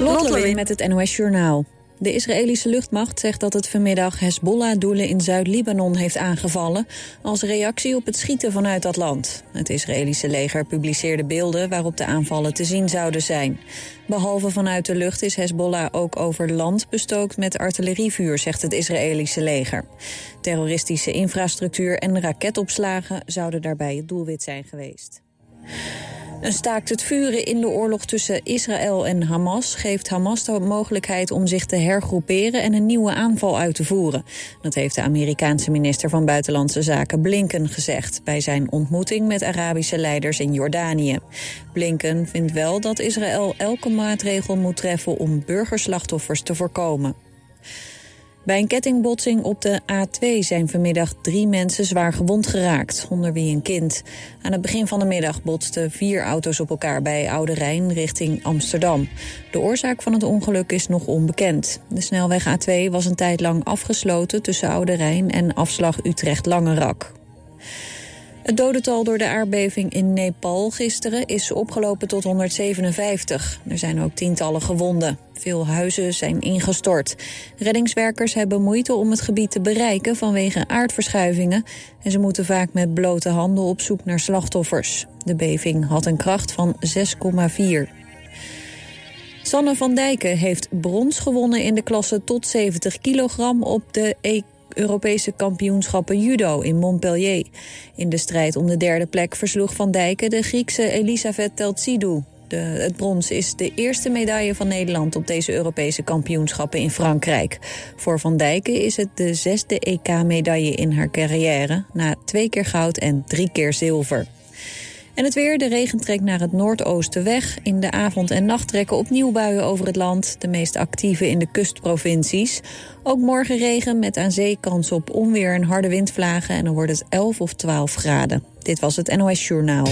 Lot Lewin met het NOS Journaal. De Israëlische luchtmacht zegt dat het vanmiddag Hezbollah-doelen in Zuid-Libanon heeft aangevallen als reactie op het schieten vanuit dat land. Het Israëlische leger publiceerde beelden waarop de aanvallen te zien zouden zijn. Behalve vanuit de lucht is Hezbollah ook over land bestookt met artillerievuur, zegt het Israëlische leger. Terroristische infrastructuur en raketopslagen zouden daarbij het doelwit zijn geweest. Een staakt het vuren in de oorlog tussen Israël en Hamas geeft Hamas de mogelijkheid om zich te hergroeperen en een nieuwe aanval uit te voeren. Dat heeft de Amerikaanse minister van Buitenlandse Zaken Blinken gezegd bij zijn ontmoeting met Arabische leiders in Jordanië. Blinken vindt wel dat Israël elke maatregel moet treffen om burgerslachtoffers te voorkomen. Bij een kettingbotsing op de A2 zijn vanmiddag 3 mensen zwaar gewond geraakt, onder wie een kind. Aan het begin van de middag botsten 4 auto's op elkaar bij Oude Rijn richting Amsterdam. De oorzaak van het ongeluk is nog onbekend. De snelweg A2 was een tijd lang afgesloten tussen Oude Rijn en afslag Utrecht-Langerak. Het dodental door de aardbeving in Nepal gisteren is opgelopen tot 157. Er zijn ook tientallen gewonden. Veel huizen zijn ingestort. Reddingswerkers hebben moeite om het gebied te bereiken vanwege aardverschuivingen en ze moeten vaak met blote handen op zoek naar slachtoffers. De beving had een kracht van 6,4. Sanne van Dijken heeft brons gewonnen in de klasse tot 70 kilogram op de Europese kampioenschappen judo in Montpellier. In de strijd om de 3e plek versloeg Van Dijken de Griekse Elisabeth Teltsidou. Het brons is de eerste medaille van Nederland op deze Europese kampioenschappen in Frankrijk. Voor Van Dijken is het de 6e EK-medaille in haar carrière, na 2 keer goud en 3 keer zilver. En het weer, de regen trekt naar het noordoosten weg. In de avond en nacht trekken opnieuw buien over het land. De meest actieve in de kustprovincies. Ook morgen regen met aan zee kans op onweer en harde windvlagen. En dan wordt het 11 of 12 graden. Dit was het NOS Journaal.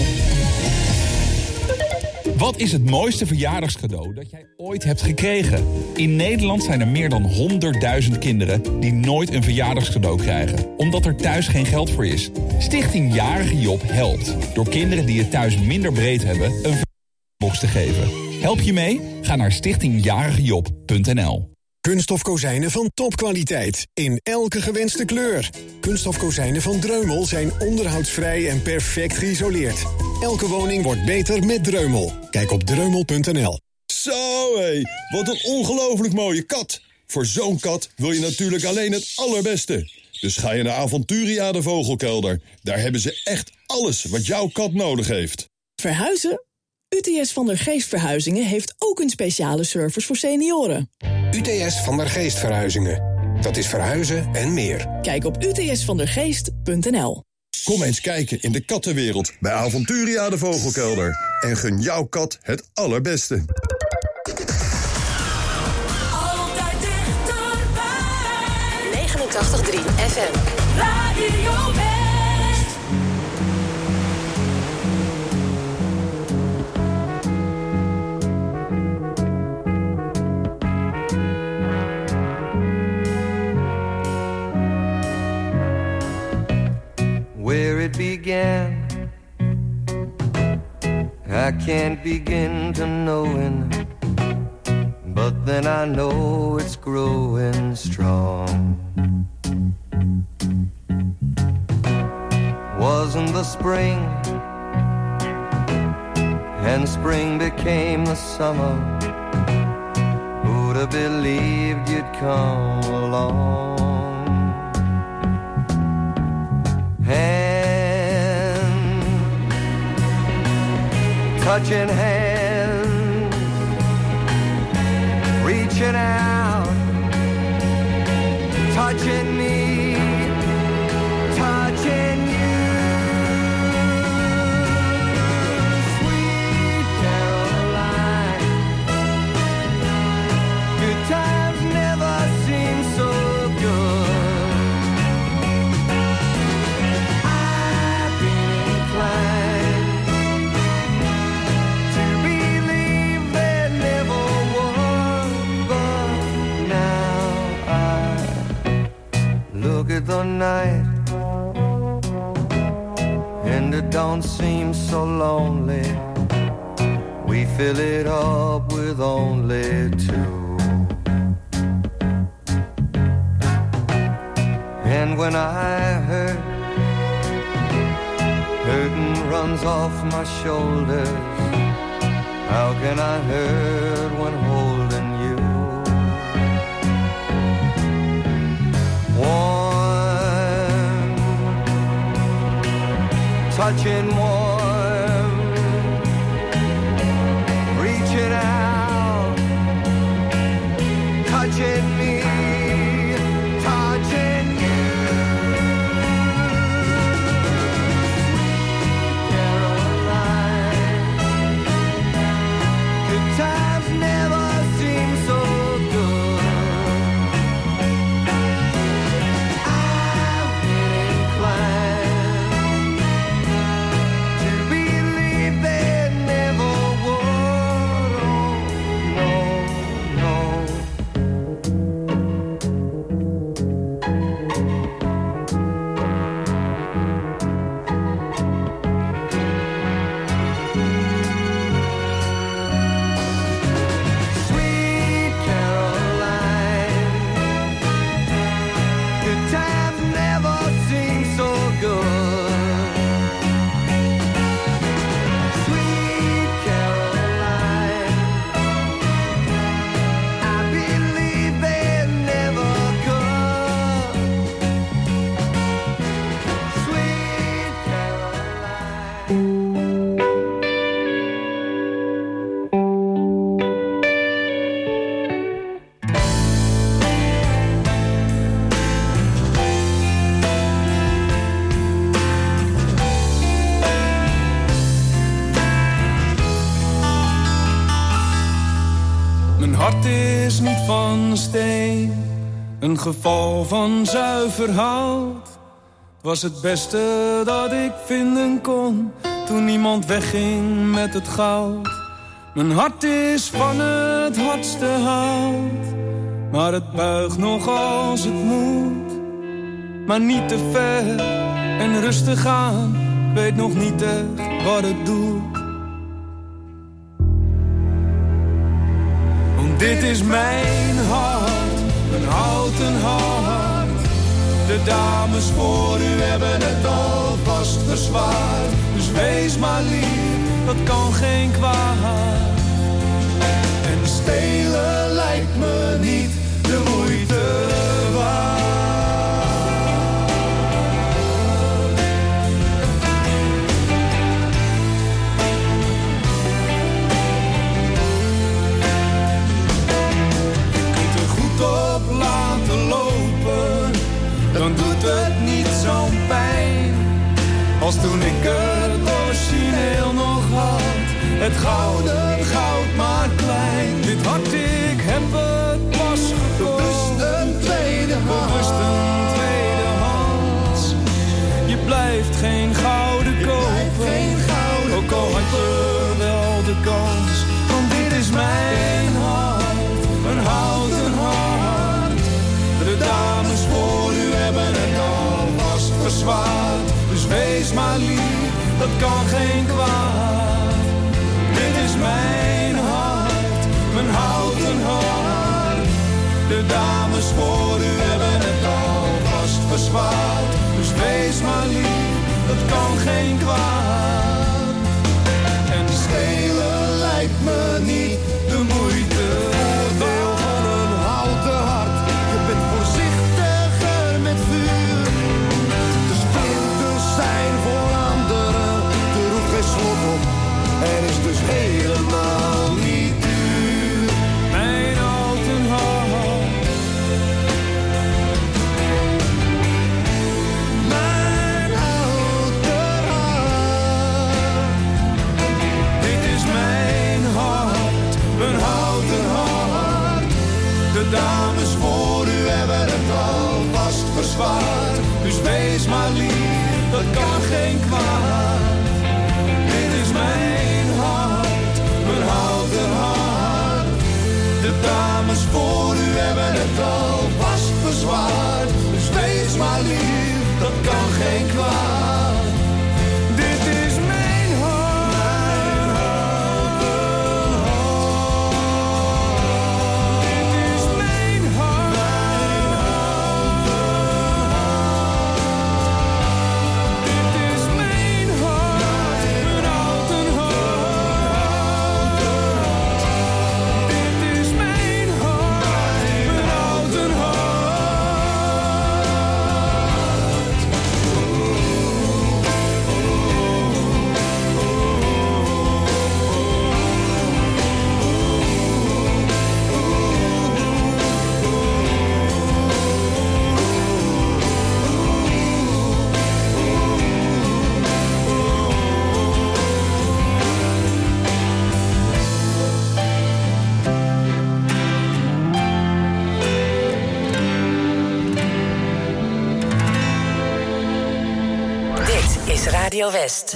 Wat is het mooiste verjaardagscadeau dat jij ooit hebt gekregen? In Nederland zijn er meer dan 100.000 kinderen die nooit een verjaardagscadeau krijgen, omdat er thuis geen geld voor is. Stichting Jarige Job helpt door kinderen die het thuis minder breed hebben een verjaardagsbox te geven. Help je mee? Ga naar stichtingjarigejob.nl. Kunststof kozijnen van topkwaliteit, in elke gewenste kleur. Kunststof kozijnen van Dreumel zijn onderhoudsvrij en perfect geïsoleerd. Elke woning wordt beter met Dreumel. Kijk op dreumel.nl. Zo hé, wat een ongelooflijk mooie kat. Voor zo'n kat wil je natuurlijk alleen het allerbeste. Dus ga je naar Aventuria de Vogelkelder. Daar hebben ze echt alles wat jouw kat nodig heeft. Verhuizen? UTS Van der Geest Verhuizingen heeft ook een speciale service voor senioren. UTS Van der Geest Verhuizingen. Dat is verhuizen en meer. Kijk op utsvandergeest.nl. Kom eens kijken in de kattenwereld bij Aventuria de Vogelkelder. En gun jouw kat het allerbeste. Altijd dichterbij. 89.3 FM. Radio West. Where it began, I can't begin to knowing, but then I know it's growing strong. Wasn't the spring, and spring became the summer. Who'd have believed you'd come along? Hand, touching hands, reaching out, touching me, touching you. Sweet Caroline, good times never seem so good. The night and it don't seem so lonely. We fill it up with only two. And when I hurting runs off my shoulders, how can I hurt when holding you? Warm, touching warm, reaching out, touching me, touching you. Times never seem so good. I've been inclined to believe they never would. Oh, no, van steen, een geval van zuiver hout. Het was het beste dat ik vinden kon, toen niemand wegging met het goud. Mijn hart is van het hardste hout, maar het buigt nog als het moet. Maar niet te ver en rustig aan, weet nog niet echt wat het doet. Dit is mijn hart, een houten hart. De dames voor u hebben het alvast verzwaard. Dus wees maar lief, dat kan geen kwaad. En stelen lijkt me niet de moeite waard. Op laten lopen, dan doet het niet zo'n pijn als toen ik het origineel nog had. Het gouden goud maar klein. Dit hart, ik heb het pas gekocht. Bewust een tweedehands. Je blijft geen gouden kopen, ook al had je wel de kans. Want dit is mijn hart, een houten hart. De dames voor u hebben het alvast verzwaard. Dus wees maar lief, dat kan geen kwaad. Dit is mijn hart, mijn houten hart. De dames voor u hebben het alvast verzwaard. Dus wees maar lief, dat kan geen kwaad. En stelen lijkt me niet de moeite. Voordeel van een houten hart, je bent voorzichtiger met vuur. De splinters zijn voor anderen, er hoeft geen slot op en is dus helemaal niet duur. Mijn houten hart, mijn houten hart. Dit is mijn hart, mijn houten hart. De dames voor u hebben het alvast verzwaard. Dus wees maar lief, dat kan geen kwaad. Dit is mijn hart, mijn houten hart. De dames voor u hebben het alvast verzwaard. Dus wees maar lief, dat kan geen kwaad. Dit is mijn hart, mijn houten Radio West.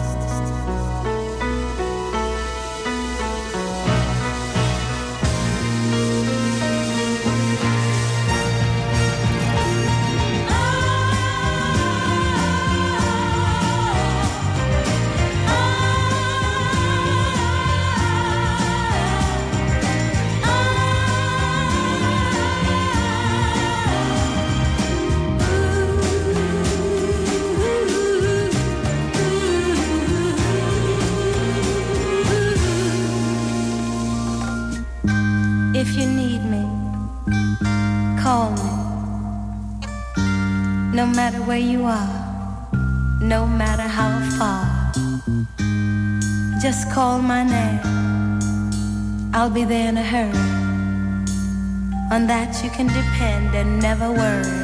If you need me, call me. No matter where you are, no matter how far, just call my name. I'll be there in a hurry. On that you can depend and never worry.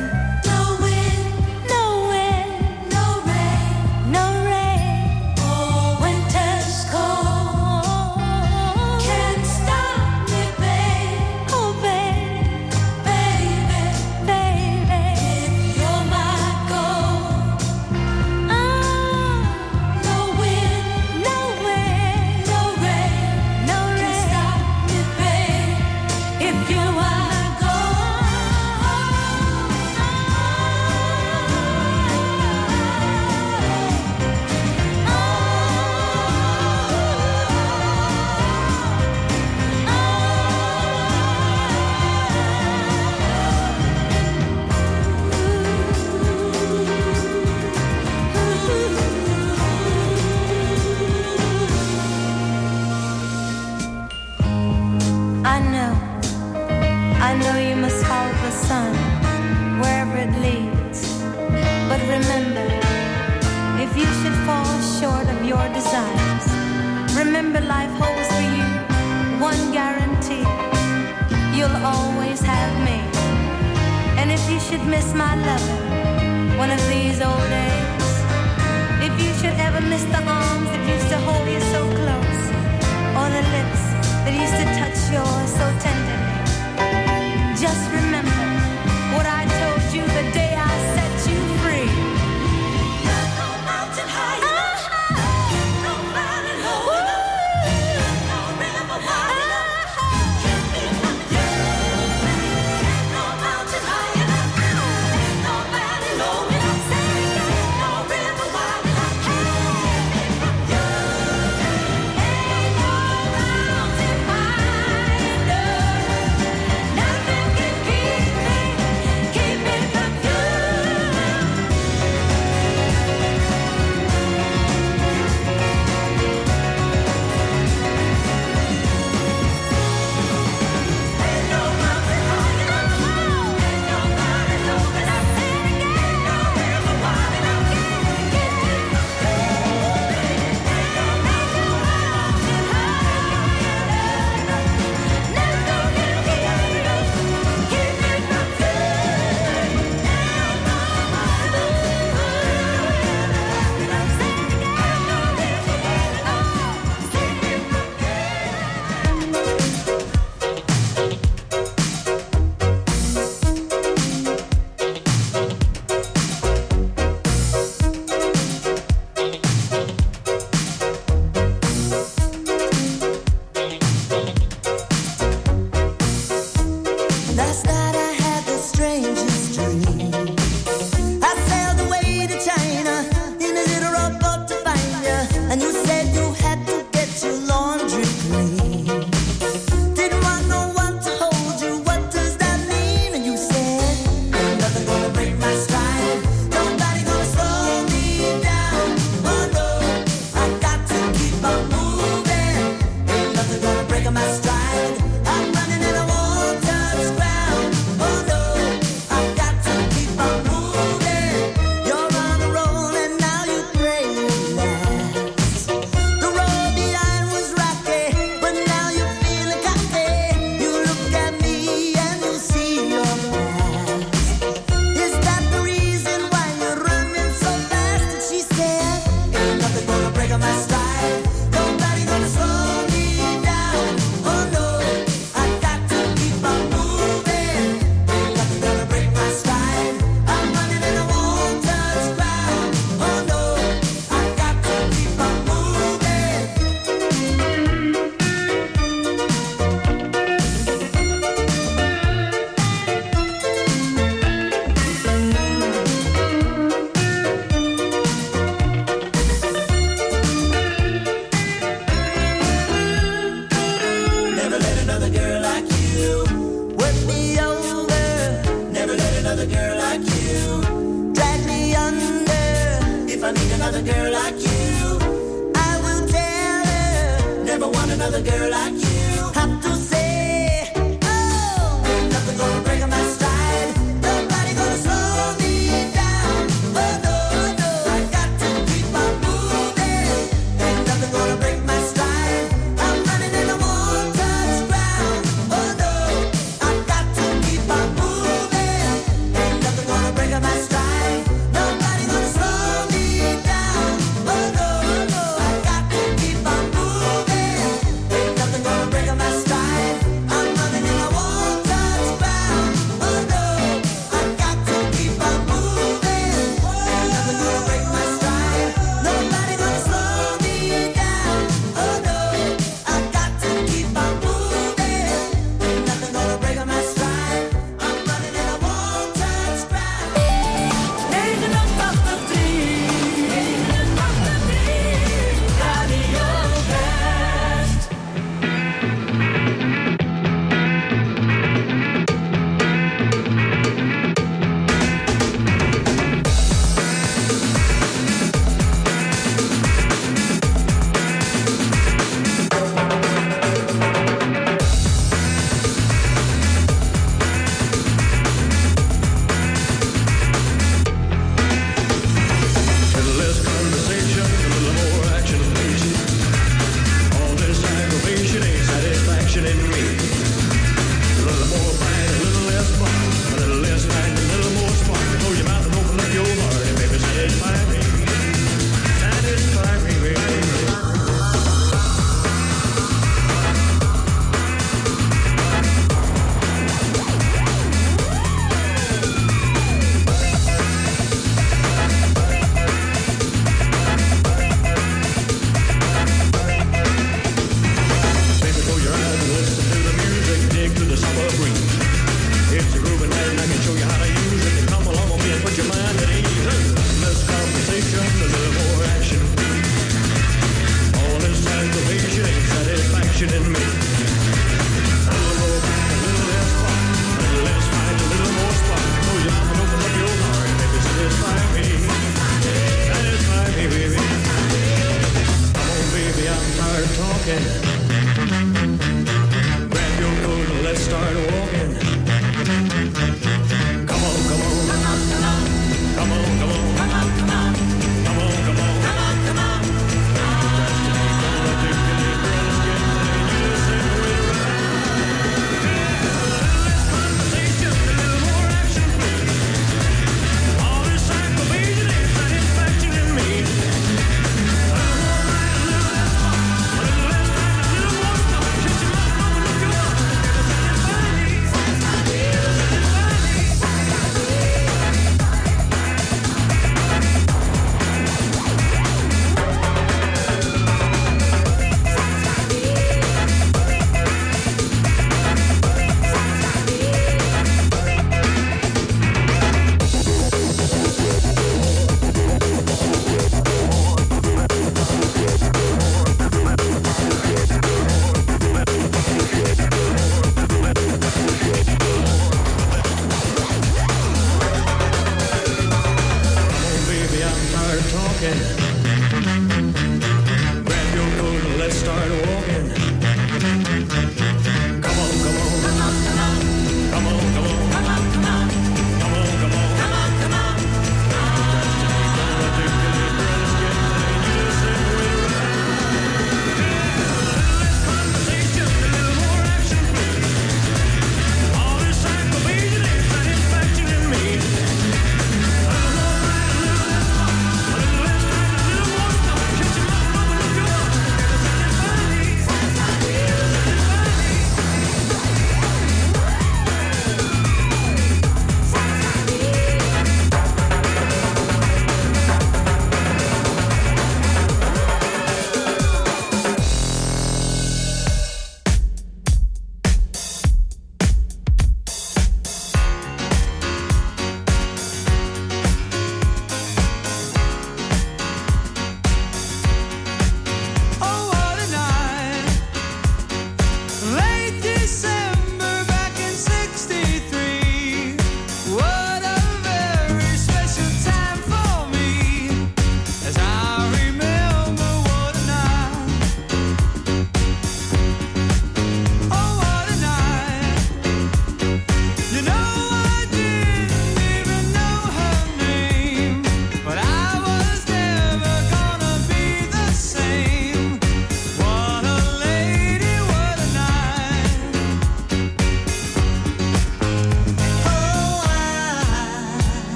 girl like you. Work me over, never let another girl like you. Drag me under, if I need another girl like you. I will tell her, never want another girl like you. Have to say, oh, ain't nothing gonna break my stride. Nobody gonna slow me down. Oh no, no, I got to keep on moving. Ain't nothing gonna break my stride. I'm running and I won't touch ground. Oh no, I got to keep on moving. Ain't nothing gonna break my stride. Nobody gonna slow me down. Oh no, no, I got to keep on moving. Ain't nothing gonna break my stride.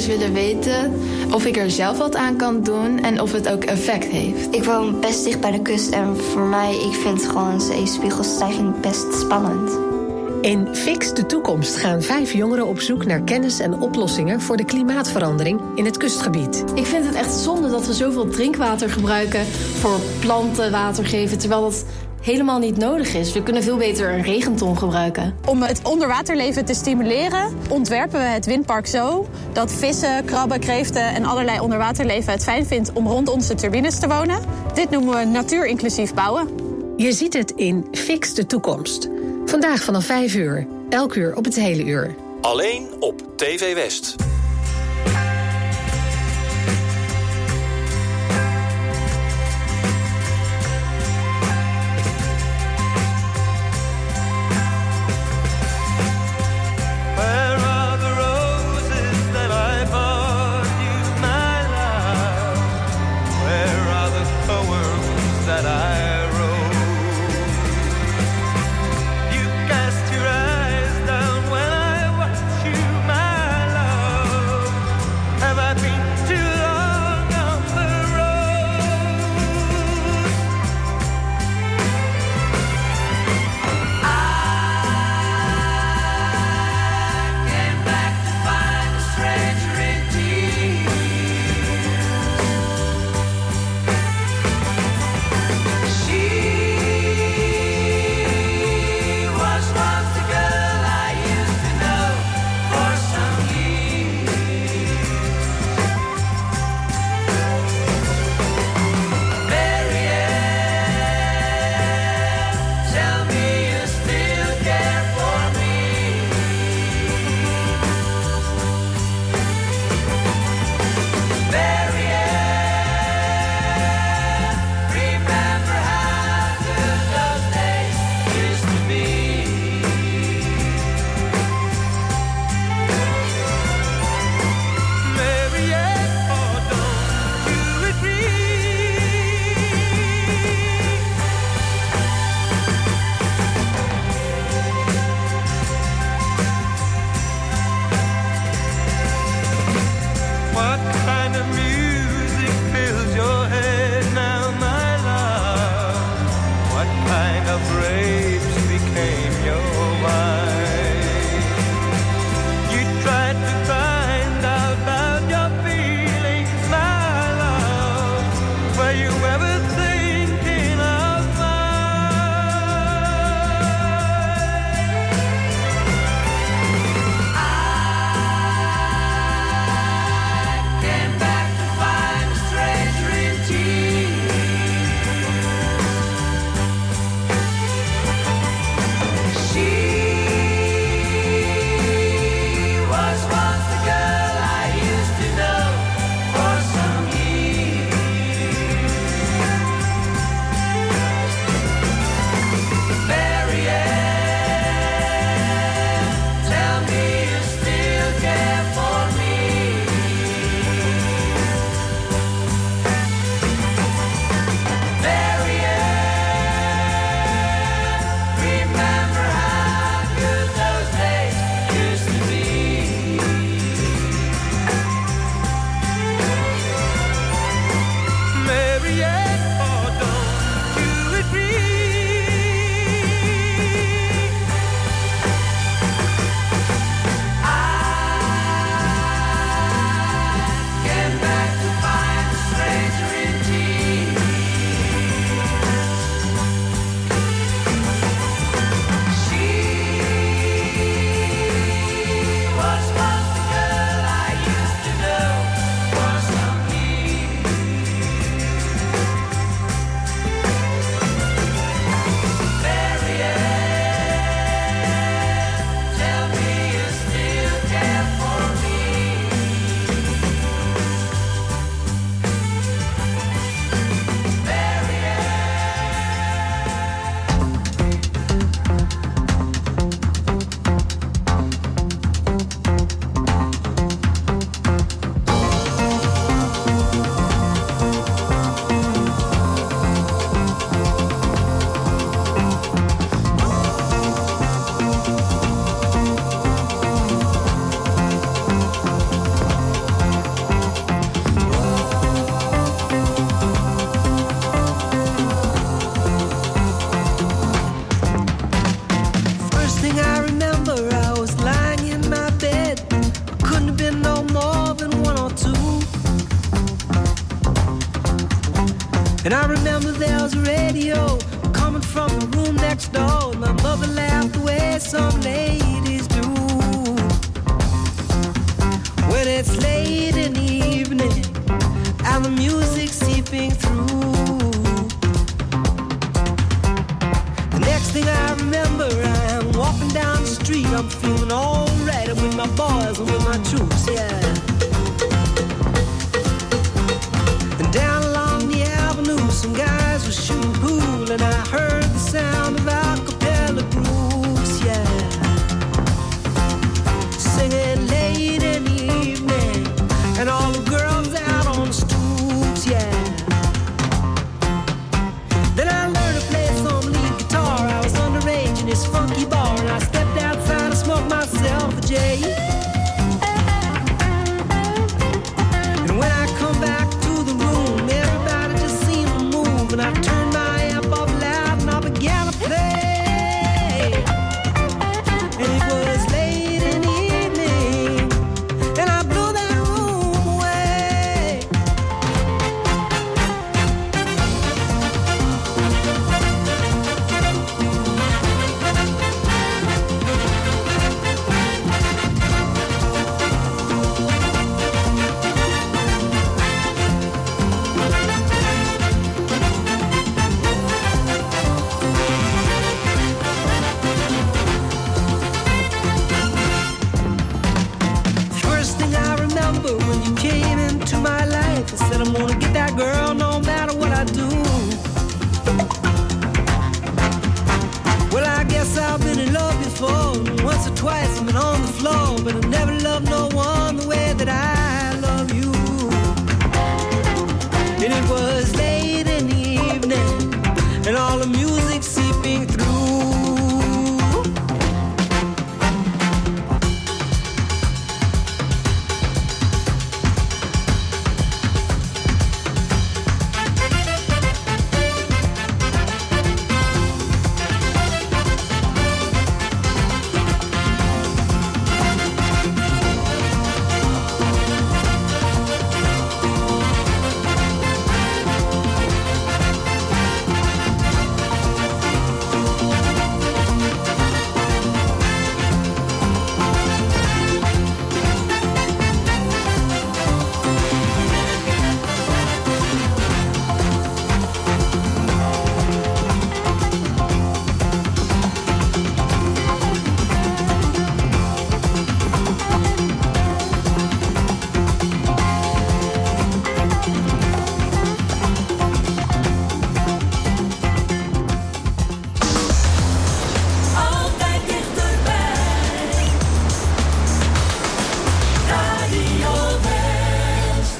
dus willen weten of ik er zelf wat aan kan doen en of het ook effect heeft. Ik woon best dicht bij de kust en voor mij, ik vind gewoon zeespiegelstijging best spannend. In Fix de Toekomst gaan 5 jongeren op zoek naar kennis en oplossingen voor de klimaatverandering in het kustgebied. Ik vind het echt zonde dat we zoveel drinkwater gebruiken voor planten water geven, terwijl dat helemaal niet nodig is. We kunnen veel beter een regenton gebruiken. Om het onderwaterleven te stimuleren ontwerpen we het windpark zo dat vissen, krabben, kreeften en allerlei onderwaterleven het fijn vindt om rond onze turbines te wonen. Dit noemen we natuurinclusief bouwen. Je ziet het in Fix de Toekomst. Vandaag vanaf 5 uur. Elk uur op het hele uur. Alleen op TV West. You cast your eyes down when I watch you, my love. And I remember there was a radio coming from the room next door. My mother laughed the way some ladies do. When it's late in the evening and the music seeping through. The next thing I remember, I'm walking down the street. I'm feeling all right. I'm with my boys and with my troops, yeah. And down along the avenue, some guys were shooting pool, and I heard the sound of a cappella groups, yeah. Singing late in the evening, and all the girls out on the stoops, yeah. Then I learned to play some lead guitar. I was underage in this funky bar, and I stepped outside to smoke myself a J. And when I come back to the room, everybody just seemed to move, and I turned my amp up loud and I began to play. And it was late in the evening, and I blew that room away. First thing I remember when you came into my life, I said I'm gonna get that girl no matter what I do. Well, I guess I've been in love before. Once or twice I've been on the floor, but I never loved no one the way that I love you. And it was late in the evening, and all the music seeping through. Altijd dichterbij. Radio West.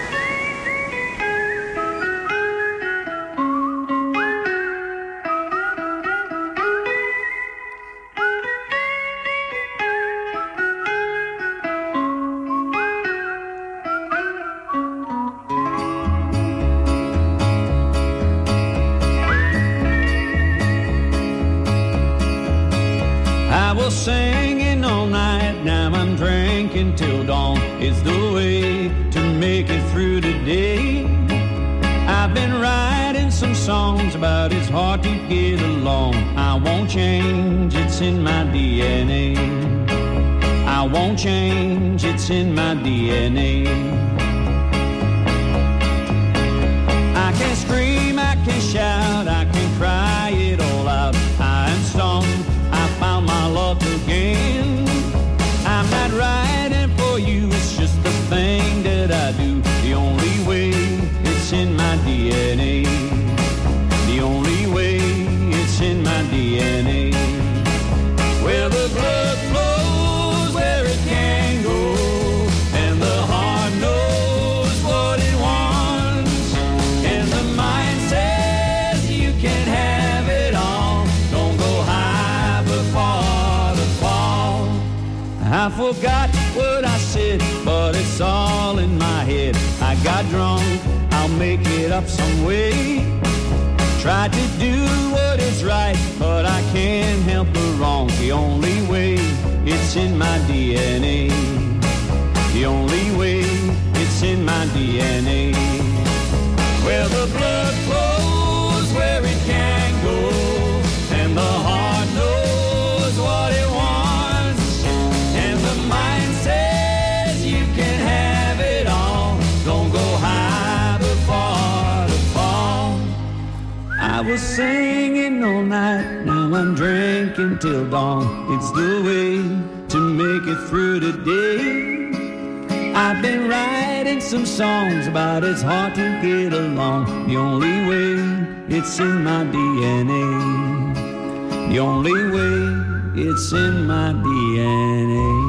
I was singing all night, now I'm drinking till dawn. It's the way to make it through the day. I've been writing some songs about it's hard to get along. I won't change, it's in my DNA. I won't change, it's in my DNA. I can scream, I can shout, I can cry it all out. I am stoned, I found my luck again. I'm not writing for you, it's just the thing that I do. The only way, it's in my DNA. The only way, it's in my DNA. Where the blood flows, where it can go, and the heart knows what it wants, and the mind says you can have it all. Don't go high before the fall. I forgot what I said, but it's all in my head. I got drunk, I'll make it up some way. Tried to do what is right, but I can't help the wrong. The only way, it's in my DNA. The only way, it's in my DNA. Where the blood flows. I was singing all night, now I'm drinking till dawn. It's the way to make it through the day. I've been writing some songs about it's hard to get along. The only way, it's in my DNA. The only way, it's in my DNA.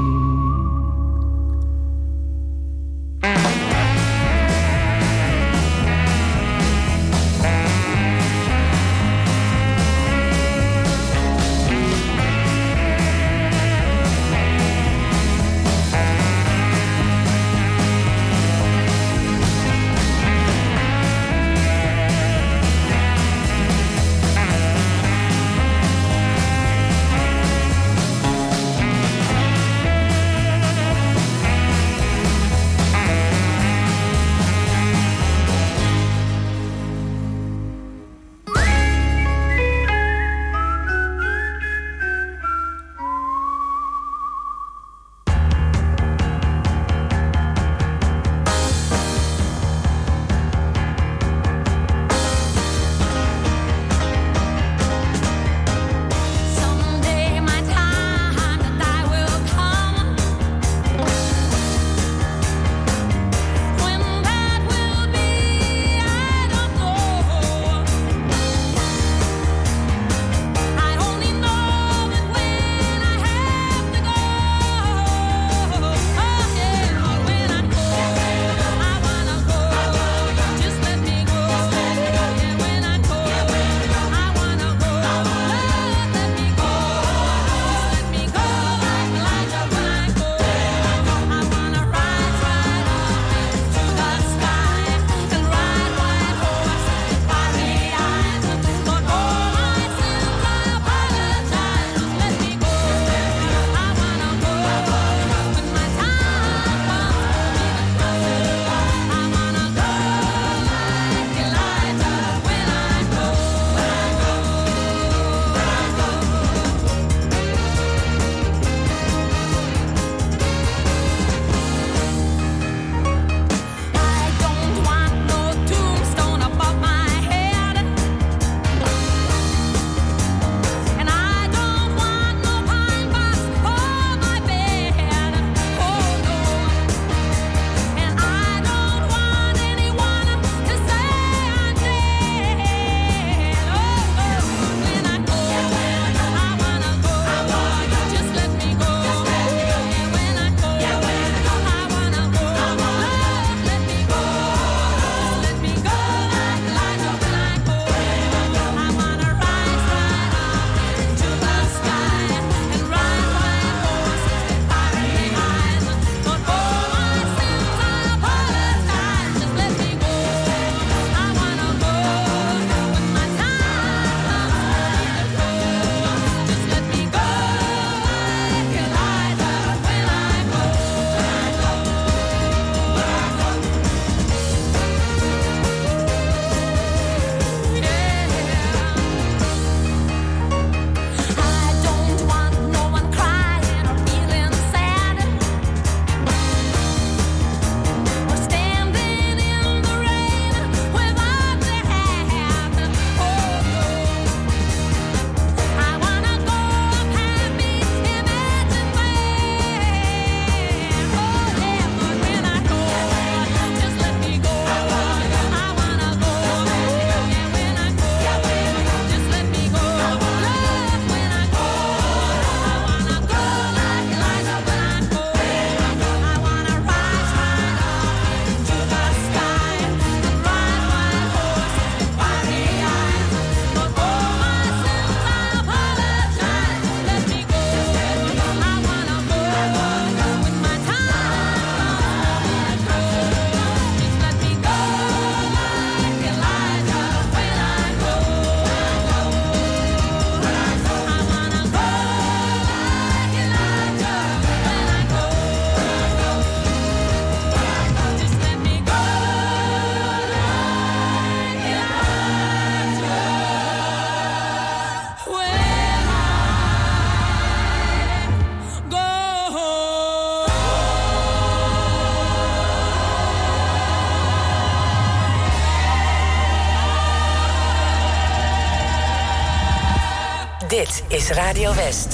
Dit is Radio West.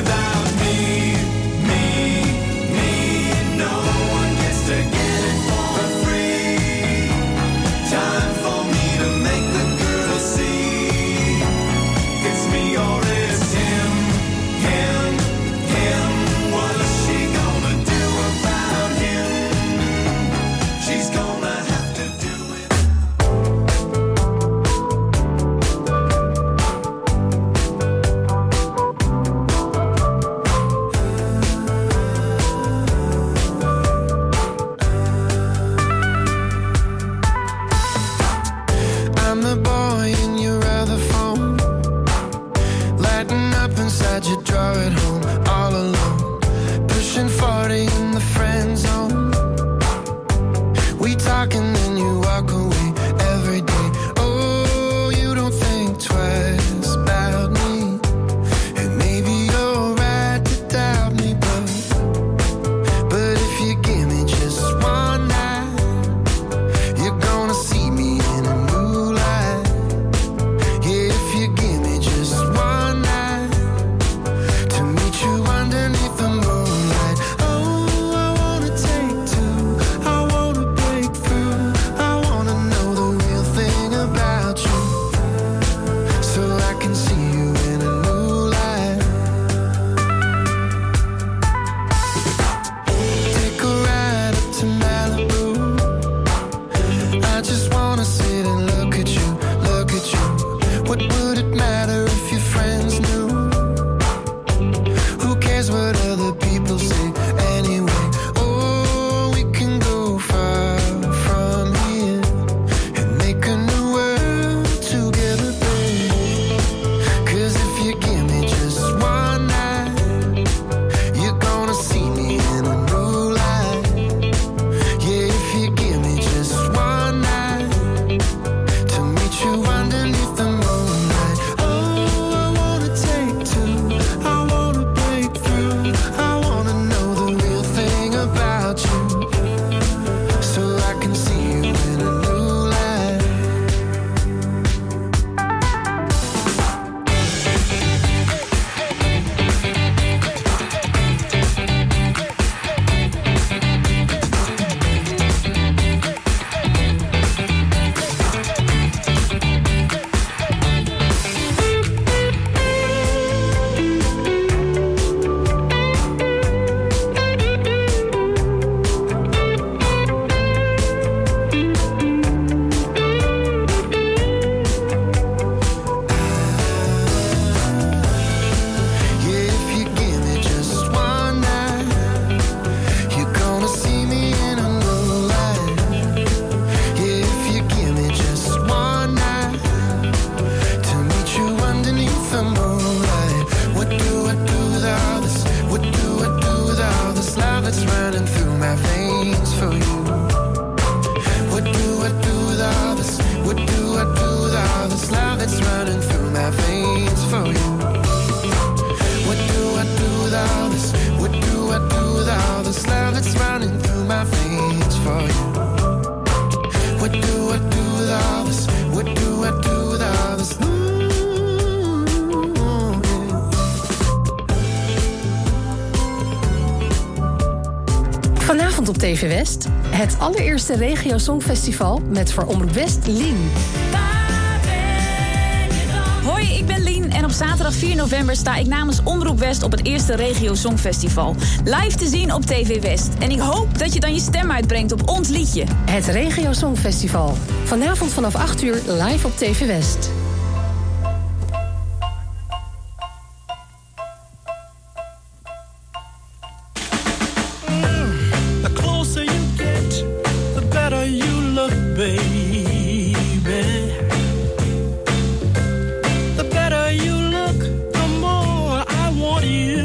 To get it for that's running through my veins for you. What do I do with all this? What do I do with all this love that's running through my veins for you? What do I do with all this? What do I do with all this love that's running through my veins for you? What do I do with all this? What do I do with all this? Vanavond op TV West, het allereerste Regio Songfestival met voor Omroep West Lien. Hoi, ik ben Lien en op zaterdag 4 november sta ik namens Omroep West op het eerste Regio Songfestival. Live te zien op TV West. En ik hoop dat je dan je stem uitbrengt op ons liedje. Het Regio Songfestival. Vanavond vanaf 8 uur live op TV West. The closer you get, the better you look, baby. The better you look, the more I want you.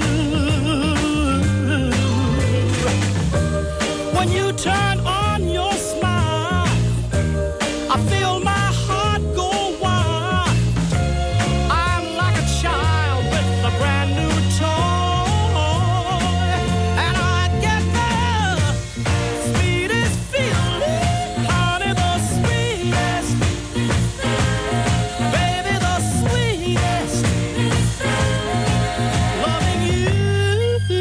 When you turn on your smile, I feel my heart go wild. I'm like a child with a brand new toy, and I get the sweetest feeling, honey, the sweetest, baby, the sweetest, loving you,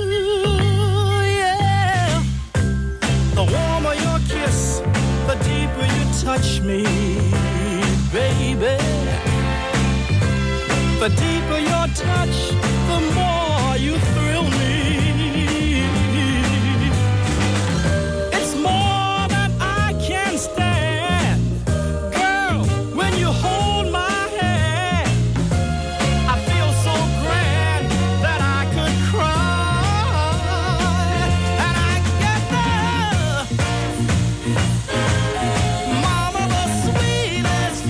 yeah. The warmer your kiss, the deeper you touch me, baby. The deeper your touch, the more you thrill me. It's more than I can stand. Girl, when you hold my hand, I feel so grand that I could cry. And I get the mama, the sweetest,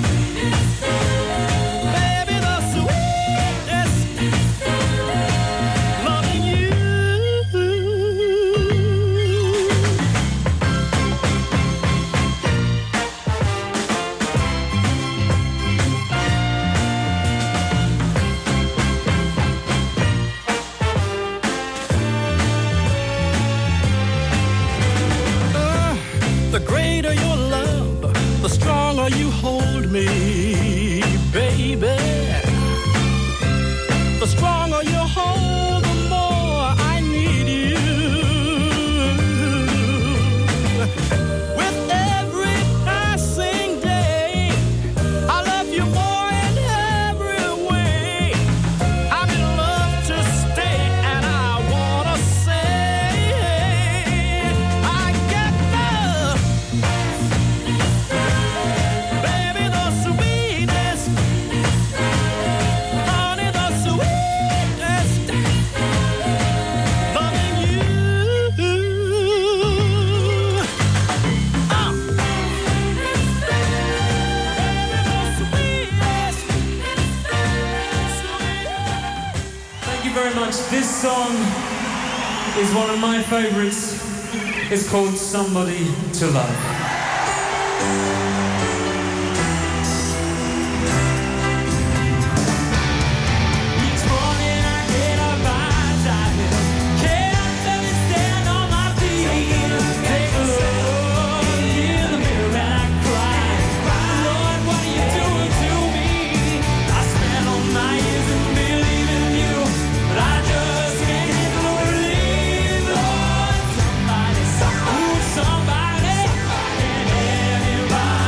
baby, the sweetest, loving you. The greater your love, the stronger you hold me, baby. The stronger you hold, the more I need you. With every passing day, I love you more in every way. I'm in love to stay, and I wanna say, I get the baby, the sweetest, honey, the sweetest, loving you. Thank you very much. This song is one of my favorites. It's called Somebody to Love. Each morning I get up, I dive, can't let me stand on my feet. Take a look in the mirror and I cry. Lord, what are you doing to me? I spent all my years in believing you, but I just can't believe, Lord, somebody, ooh, somebody, and anybody.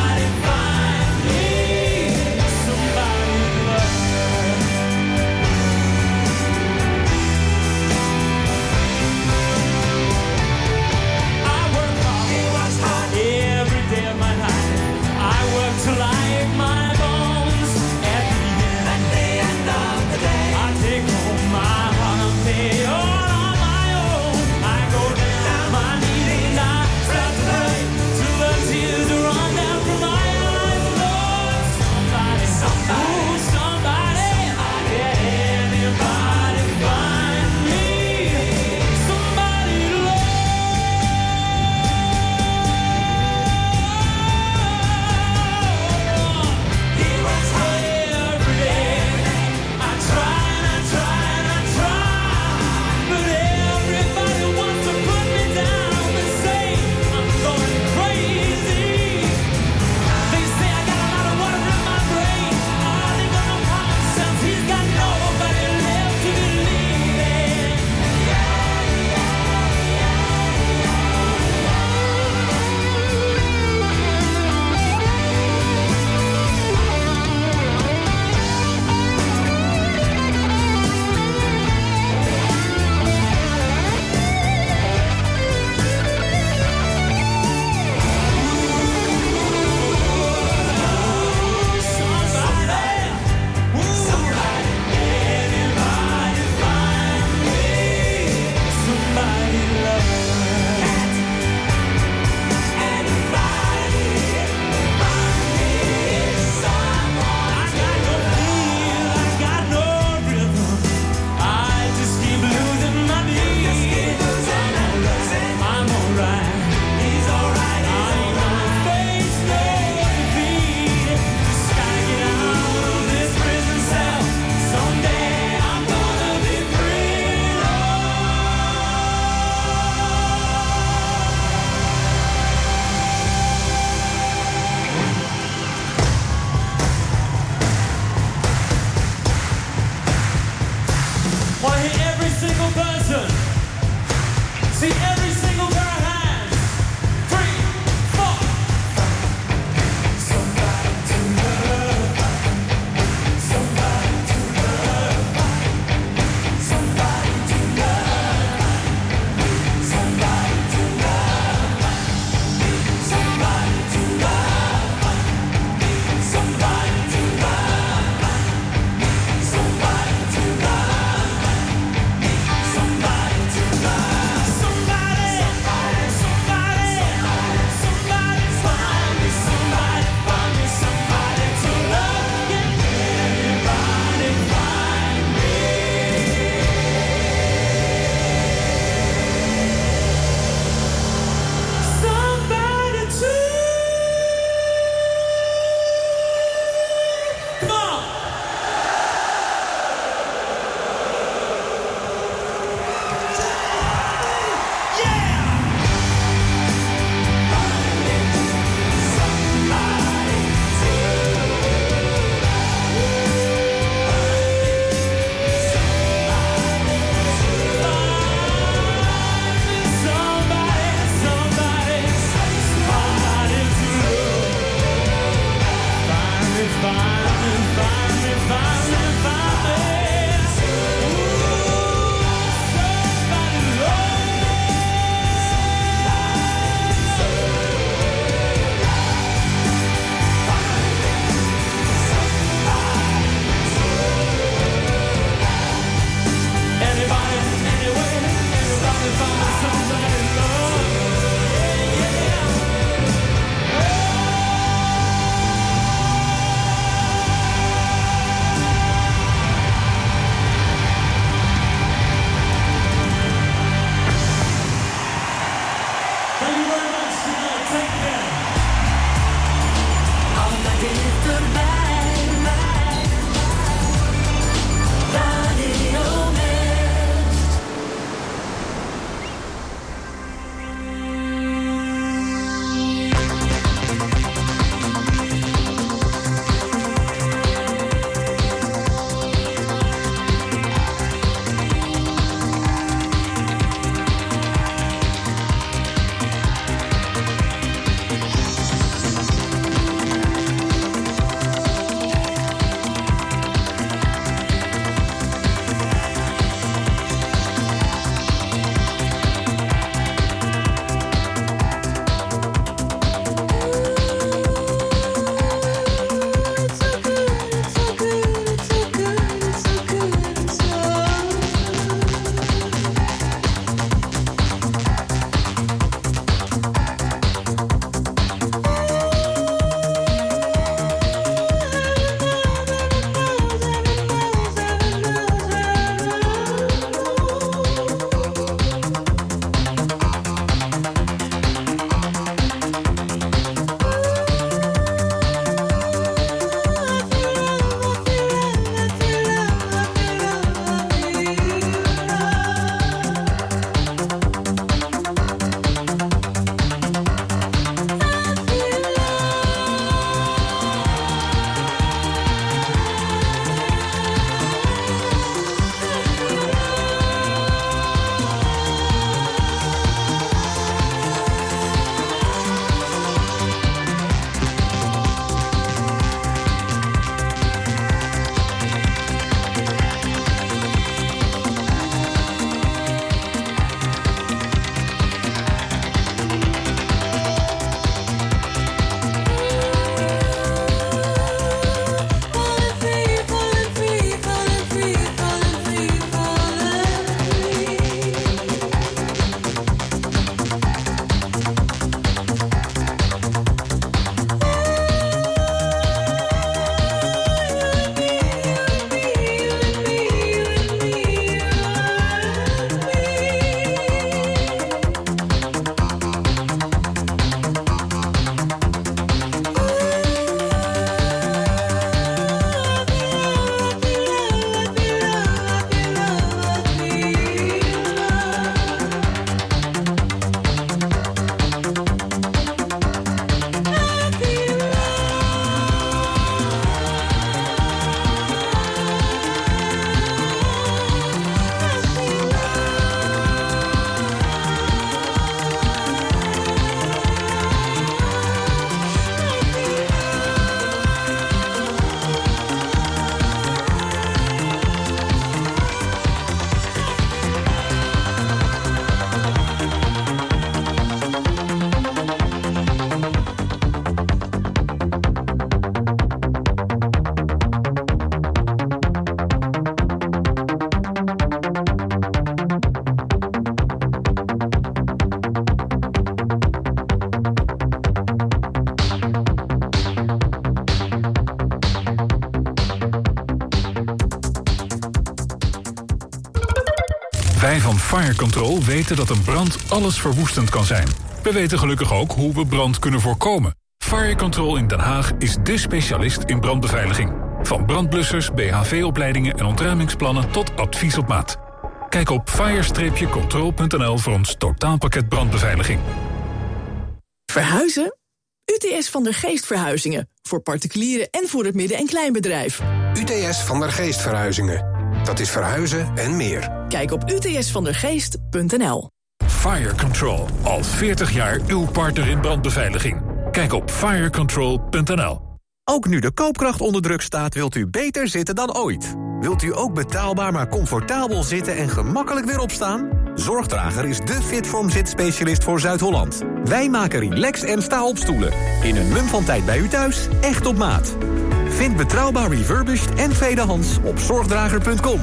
Fire Control weten dat een brand allesverwoestend kan zijn. We weten gelukkig ook hoe we brand kunnen voorkomen. Fire Control in Den Haag is dé specialist in brandbeveiliging. Van brandblussers, BHV-opleidingen en ontruimingsplannen tot advies op maat. Kijk op fire-control.nl voor ons totaalpakket brandbeveiliging. Verhuizen? UTS van der Geest Verhuizingen. Voor particulieren en voor het midden- en kleinbedrijf. UTS van der Geest Verhuizingen. Dat is verhuizen en meer. Kijk op utsvandergeest.nl. Fire Control. Al 40 jaar uw partner in brandbeveiliging. Kijk op firecontrol.nl. Ook nu de koopkracht onder druk staat, wilt u beter zitten dan ooit. Wilt u ook betaalbaar maar comfortabel zitten en gemakkelijk weer opstaan? Zorgdrager is de Fitform zitspecialist voor Zuid-Holland. Wij maken relax- en sta-opstoelen. In een mum van tijd bij u thuis, echt op maat. Vind betrouwbaar refurbished en tweedehands op zorgdrager.com.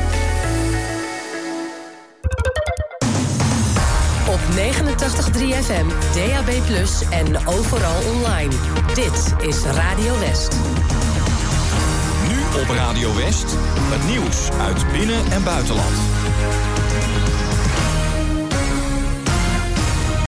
Op 89.3 FM, DAB+ en overal online. Dit is Radio West. Nu op Radio West, het nieuws uit binnen- en buitenland.